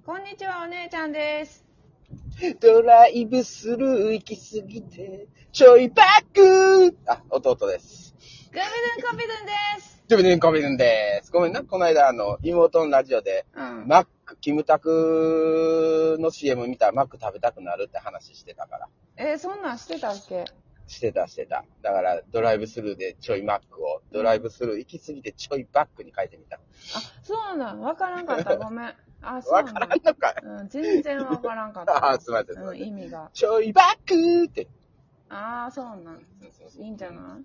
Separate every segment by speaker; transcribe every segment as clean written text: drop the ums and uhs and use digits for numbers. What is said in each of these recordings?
Speaker 1: こんにちは、お姉ちゃんです。
Speaker 2: ドライブスルー行き過ぎて、ちょいバック弟です。
Speaker 1: グビドゥンコビドゥンです。
Speaker 2: グビドゥンコビドゥンです。ごめんな、この間妹のラジオで、マック、キムタクの CM 見たらマック食べたくなるって話してたから。
Speaker 1: そんなんしてたっけ？
Speaker 2: してた。だから、ドライブスルーでちょいマックを、ドライブスルー行き過ぎてちょいバックに変えてみた。
Speaker 1: そうなん、わからんかった。ごめん。そう
Speaker 2: わからんのか。
Speaker 1: 全然わからんかった。
Speaker 2: すいません。
Speaker 1: 意味が。
Speaker 2: ちょいバックって。
Speaker 1: そうなん。いいんじゃない？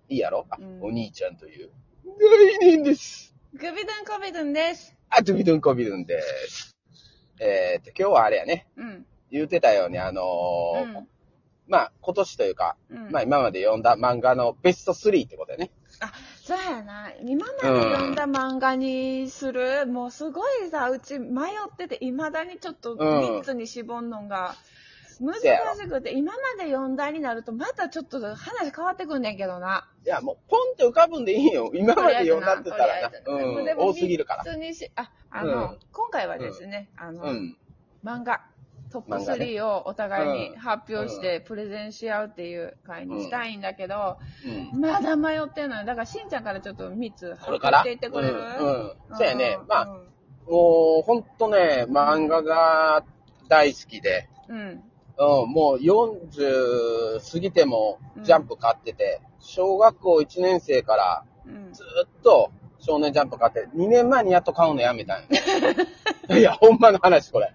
Speaker 2: いいやろ？お兄ちゃんという。大人です。
Speaker 1: グビドゥンコビドゥンです。
Speaker 2: グビドゥンコビドゥンです。今日はあれやね。言うてたようにまあ、今年というか、まあ今まで読んだ漫画のベスト3ってことだよね。
Speaker 1: そうやな。今まで読んだ漫画にする、もうすごいさ、うち迷ってて、未だにちょっと3つに絞んのが難しくて、今まで読んだになるとまたちょっと話変わってくんねんけどな。
Speaker 2: いや、もうポンって浮かぶんでいいよ。今まで読んだって言ったらな。多すぎるから。
Speaker 1: 今回はですね、漫画。トップ3をお互いに発表してプレゼンし合うっていう回にしたいんだけど、まだ迷ってんのよ。だからしんちゃんからちょっと3つ発表していってくれる？
Speaker 2: そうやね。まあ、もうほんとね、漫画が大好きで、もう40過ぎてもジャンプ買ってて、小学校1年生からずっと少年ジャンプ買って、2年前にやっと買うのやめたんよ。いや、ほんまの話、これ。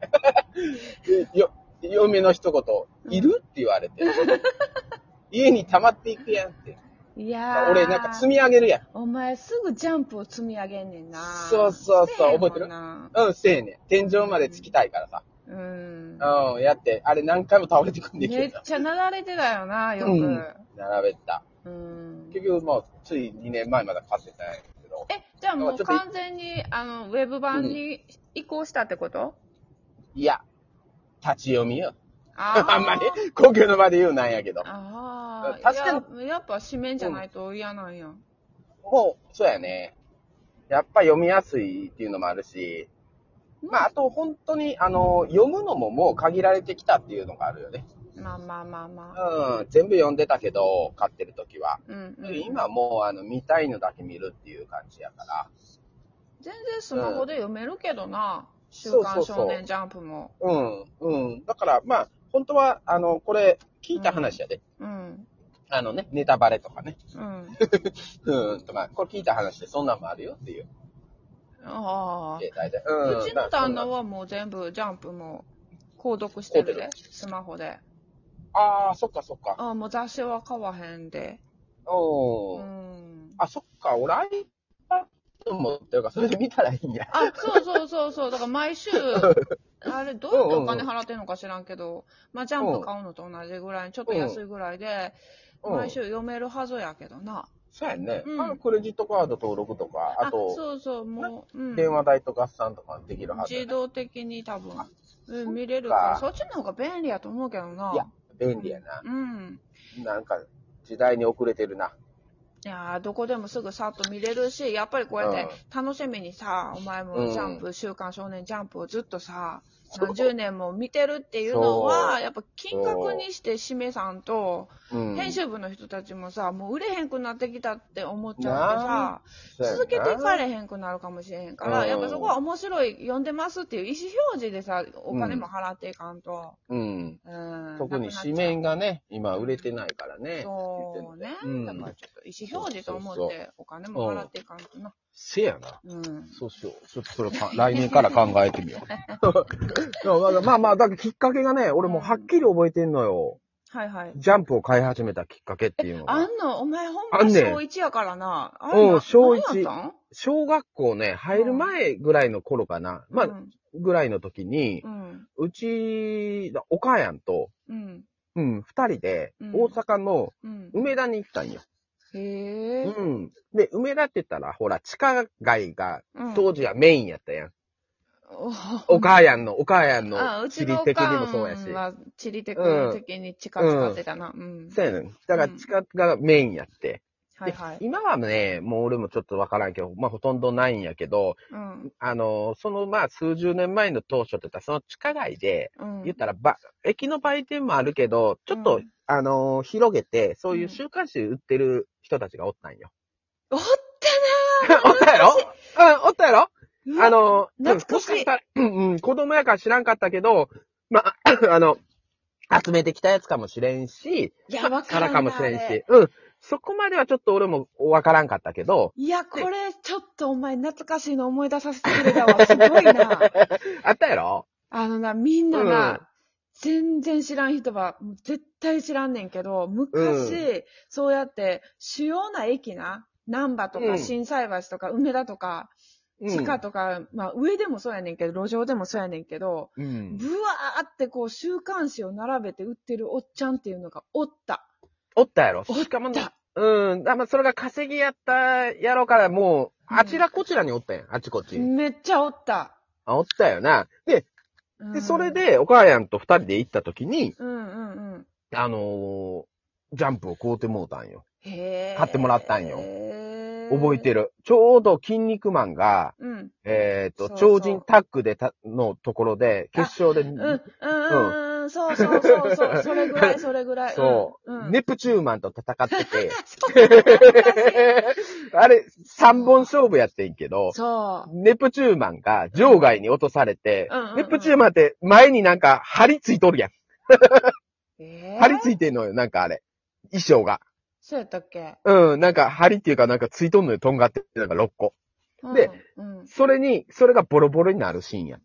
Speaker 2: 嫁の一言、いるって言われて。家に溜まっていくやんって。
Speaker 1: いやー。
Speaker 2: 俺なんか積み上げるやん。
Speaker 1: お前すぐジャンプを積み上げんねんな。
Speaker 2: そう、覚えてる？せえねん。天井までつきたいからさ。やって、あれ何回も倒れてくんできる。
Speaker 1: めっちゃなだれてたよな、よく。
Speaker 2: 並べた。結局もう、つい2年前まで買ってたんやけど。
Speaker 1: じゃあもう完全に、ウェブ版に移行したってこと？
Speaker 2: いや、立ち読みよ。あんまり、公共の場で言うなんやけど。
Speaker 1: 確かに。やっぱ紙面じゃないと嫌なんや。
Speaker 2: もう、そうやね。やっぱ読みやすいっていうのもあるし、まあ、あと本当に、読むのももう限られてきたっていうのがあるよね。
Speaker 1: まあ。
Speaker 2: 全部読んでたけど、買ってる時は。今もう、見たいのだけ見るっていう感じやから。
Speaker 1: 全然スマホで読めるけどな。週刊少年ジャンプも。
Speaker 2: だから、まあ、本当は、これ、聞いた話やで。ネタバレとかね。とか、これ聞いた話でそんなんもあるよっていう。
Speaker 1: 携帯で。うちの旦那はもう全部ジャンプも購読してるで、スマホで。
Speaker 2: そっか。
Speaker 1: もう雑誌は買わへんで。
Speaker 2: そっか、俺iPad 持ってるから、それで見たらいいんや。
Speaker 1: そう。だから毎週、あれ、どうやってお金払ってんのか知らんけど、まあ、ジャンプ買うのと同じぐらい、ちょっと安いぐらいで、毎週読めるはずやけどな。
Speaker 2: そうやね。クレジットカード登録とか、あと、
Speaker 1: もう、
Speaker 2: 電話代と合算とかできるはず。
Speaker 1: 自動的に多分、見れるから、そっちの方が便利やと思うけどな。
Speaker 2: いや、便利やな。なんか、時代に遅れてるな。
Speaker 1: いやー、どこでもすぐさっと見れるし、やっぱりこうやって楽しみにさ、お前もジャンプ、週刊少年ジャンプをずっとさ、何十年も見てるっていうのは、やっぱ金額にしてしめさんと、編集部の人たちもさ、もう売れへんくなってきたって思っちゃうとさ、続けていかれへんくなるかもしれへんから、やっぱそこは面白い、読んでますっていう意思表示でさ、お金も払っていかんと。
Speaker 2: 特に紙面がね、今売れてないからね。
Speaker 1: そうね。だからちょっと意思表示と思ってお金も払っていかんとな。
Speaker 2: せやな。そうしよう。ちょっとそれ来年から考えてみよう。まあ、だからきっかけがね、俺もはっきり覚えてんのよ。ジャンプを買い始めたきっかけっていうのが。
Speaker 1: お前ほんま小1やからな。
Speaker 2: 小1。小学校ね、入る前ぐらいの頃かな。まあ、ぐらいの時に、うち、お母やんと、二人で大阪の梅田に行ったんよ。で、梅田って言ったら、ほら、地下街が当時はメインやったやん。お母やんの地理的にもそうやし。
Speaker 1: 地理的に地下使ってたな。
Speaker 2: そうやねん。だから地下がメインやって。
Speaker 1: はいはい。
Speaker 2: 今はね、もう俺もちょっとわからんけど、まあほとんどないんやけど、そのまあ数十年前の当初って言ったら、その地下街で、言ったら駅の売店もあるけど、ちょっと、広げて、そういう週刊誌売ってる人たちがおったんよ。
Speaker 1: おった
Speaker 2: なぁおったやろおったやろ
Speaker 1: 懐かしい。
Speaker 2: 子供やから知らんかったけど、まあ、集めてきたやつかもしれんし、
Speaker 1: いや、わ
Speaker 2: からかもしれんし、そこまではちょっと俺もわからんかったけど。
Speaker 1: いや、これ、ちょっとお前懐かしいの思い出させてくれたわ。すごいな。
Speaker 2: あったやろ
Speaker 1: みんなな、全然知らん人は、絶対知らんねんけど、昔、そうやって、主要な駅な、難波とか、心斎橋とか、梅田とか、地下とか、まあ上でもそうやねんけど、路上でもそうやねんけど、ブワーってこう週刊誌を並べて売ってるおっちゃんっていうのがおった。
Speaker 2: おったやろ。しかもね、まあそれが稼ぎやったやろから、もう、あちらこちらにおったやん、あちこち。
Speaker 1: めっちゃおった。
Speaker 2: おったよな。で、それで、お母やんと二人で行った時に、ジャンプを買うてもうたんよ。買ってもらったんよ。覚えてる。ちょうど筋肉マンが、超人タッグでのところで、決勝で、
Speaker 1: そう。それぐらい、それぐらい。
Speaker 2: そう。ネプチューマンと戦ってて、あれ、3本勝負やってんけど、ネプチューマンが場外に落とされて、ネプチューマンって前になんか針ついとるやん。針ついてんのよ、なんかあれ。衣装が。
Speaker 1: そうやったっけ？
Speaker 2: なんか針っていうかなんかついとんのよ、とんがって、なんか6個。で、それがボロボロになるシーンやって。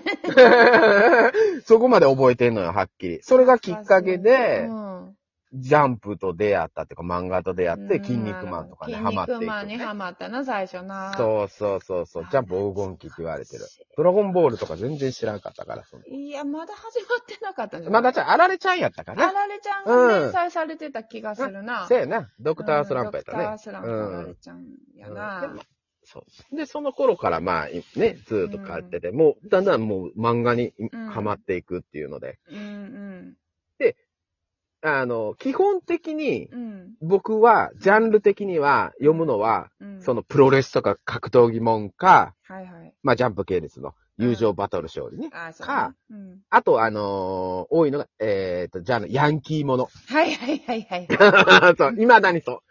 Speaker 2: そこまで覚えてんのよ、はっきり。それがきっかけで、ジャンプと出会ったっていうか漫画と出会って、筋肉マンとかにハマっていく、
Speaker 1: 筋肉マンにハマったな、最初な。
Speaker 2: そう。ジャンプ黄金期って言われてる。ドラゴンボールとか全然知らんかったから。
Speaker 1: いや、まだ始まってなかったんじゃ
Speaker 2: ない？まだあられちゃんやったかな。
Speaker 1: あられちゃんが連載されてた気がするな。
Speaker 2: そうやな。ドクタースランプやったね。
Speaker 1: ドクタースランプあられちゃんやな。
Speaker 2: そうで、その頃からまあね、ずーっと買ってて、もうだんだんもう漫画にハマっていくっていうので。で、基本的に、僕は、ジャンル的には読むのは、そのプロレスとか格闘技もんか、まあジャンプ系列の友情バトル勝利ね。か、あと多いのが、ジャンル、ヤンキーもの。
Speaker 1: はい。
Speaker 2: そう、未だにそう。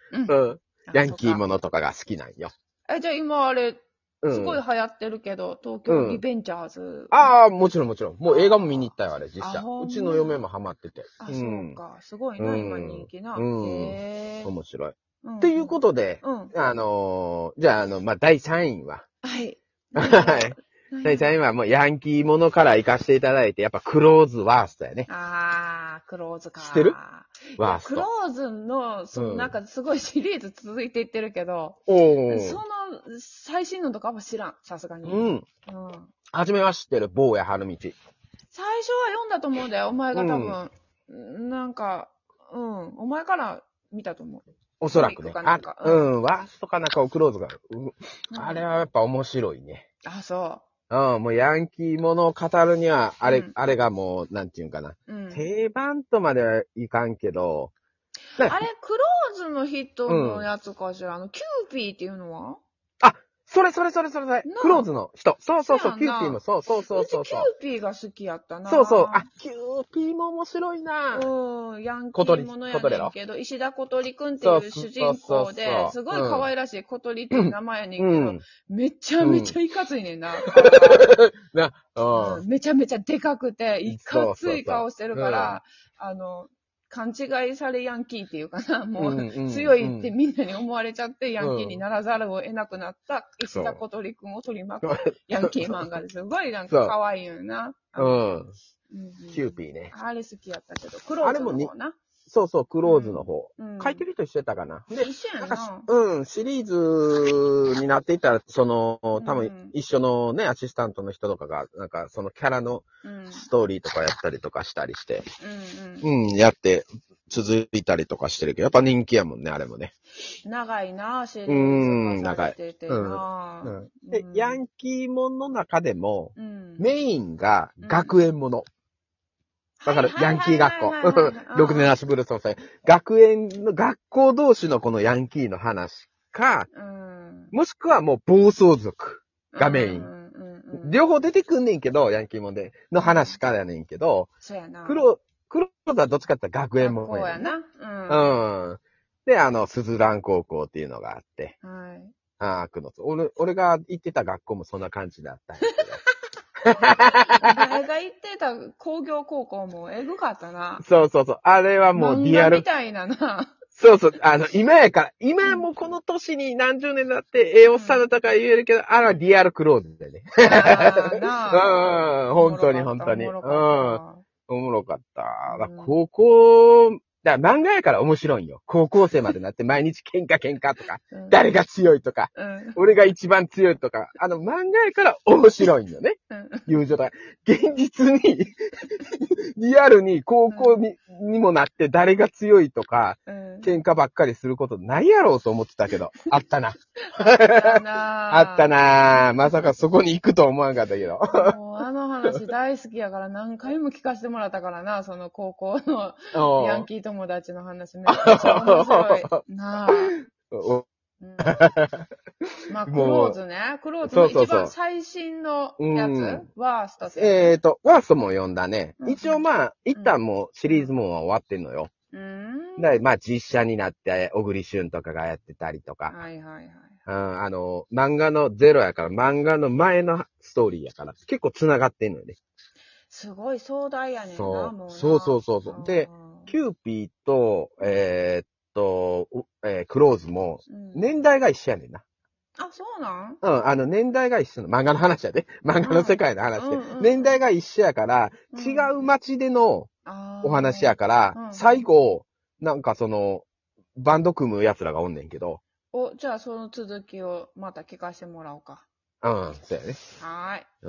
Speaker 2: ヤンキーものとかが好きなんよ。
Speaker 1: じゃあ今あれ、すごい流行ってるけど、東京リベンジャーズ。
Speaker 2: ああ、もちろん。もう映画も見に行ったよ、あれ、実写。うちの嫁もハマってて。
Speaker 1: そうか。すごいな、今人気な。
Speaker 2: 面白い。っていうことで、じゃあ、まあ、第3位は。
Speaker 1: はい。
Speaker 2: 第3位はもうヤンキーものから行かせていただいて、やっぱクローズワーストやね。
Speaker 1: クローズか。
Speaker 2: 知ってる？ワースト。
Speaker 1: クローズの、なんかすごいシリーズ続いていってるけど、その最新のとかは知らん、さすがに。
Speaker 2: 初めは知ってる、坊や春道。
Speaker 1: 最初は読んだと思うんだよ、お前が多分。なんか、お前から見たと思う。
Speaker 2: おそらくね。ワーストかなんかをクローズが。あれはやっぱ面白いね。
Speaker 1: そう。
Speaker 2: もうヤンキーものを語るには、あれがもう、なんていうんかな。定番とまではいかんけど。
Speaker 1: あれ、クローズの人のやつかしら。キューピーっていうのは？
Speaker 2: それ。クローズの人。そう、キューピーも、そう。
Speaker 1: うちキューピーが好きやったな。
Speaker 2: そう。キューピーも面白いな。
Speaker 1: ヤンキーものやねんけど、石田小鳥くんっていう主人公で、すごい可愛らしい小鳥っていう名前やねんけど、めちゃめちゃいかついねんな。めちゃめちゃでかくて、いかつい顔してるから、勘違いされヤンキーっていうかな、もう強いってみんなに思われちゃってヤンキーにならざるを得なくなった石田小鳥くんを取り巻くヤンキー漫画ですごいなんか可愛いよな。
Speaker 2: キューピーね。
Speaker 1: あれ好きやったけど、クローズの方な。
Speaker 2: そう、クローズの方。書いてる人してたかな。
Speaker 1: で、一緒やな。
Speaker 2: シリーズになっていったら、多分一緒のね、アシスタントの人とかが、なんかそのキャラのストーリーとかやったりとかしたりして、やって続いたりとかしてるけど、やっぱ人気やもんね、あれもね。
Speaker 1: 長いな、シリーズがされててな。
Speaker 2: で、ヤンキーもんの中でも、メインが学園もの。 だから、ヤンキー学校。6年足ブルースのさ、学校同士のこのヤンキーの話か、もしくはもう暴走族がメイン。両方出てくんねんけど、ヤンキーもで、の話からやねんけど、
Speaker 1: そうやな。
Speaker 2: 黒田はどっちかって学園も
Speaker 1: やな。
Speaker 2: で、スズラン高校っていうのがあって。
Speaker 1: はい。
Speaker 2: 俺が行ってた学校もそんな感じだったんやけど。
Speaker 1: 俺が行ってた工業高校もエグかったな。
Speaker 2: そう。あれはもうリアル。
Speaker 1: みたいなな。
Speaker 2: そう。今もこの年に何十年だって、おっさんだったから言えるけど、あれはリアルクローズだよね。本当に。おもろかった。高校、漫画やから面白いんよ。高校生までなって毎日喧嘩とか、誰が強いとか、俺が一番強いとか、漫画やから面白いんよね。友情とか。現実に、リアルに高校にもなって誰が強いとか、喧嘩ばっかりすることないやろうと思ってたけど、あったな。あったな。まさかそこに行くと思わんかったけど。
Speaker 1: もうあの話大好きやから何回も聞かせてもらったからな、その高校のヤンキー友達の話めっちゃ面白いなあ。まあ、クローズね。クローズの一番最新のやつ、ワーストって。
Speaker 2: ワーストも読んだね。一応まあ、一旦もうシリーズもんは終わってんのよ。まあ実写になって、小栗旬とかがやってたりとか。漫画のゼロやから、漫画の前のストーリーやから、結構繋がってんのよね。
Speaker 1: すごい壮大やねんな、もう。
Speaker 2: そう。で、キューピーと、クローズも、年代が一緒やねんな。
Speaker 1: あ、そうなん？
Speaker 2: 年代が一緒の、漫画の話やで。漫画の世界の話で。年代が一緒やから、違う街でのお話やから、最後、なんかバンド組む奴らがおんねんけど。
Speaker 1: じゃあその続きをまた聞かせてもらおうか。
Speaker 2: そうやね。
Speaker 1: はーい。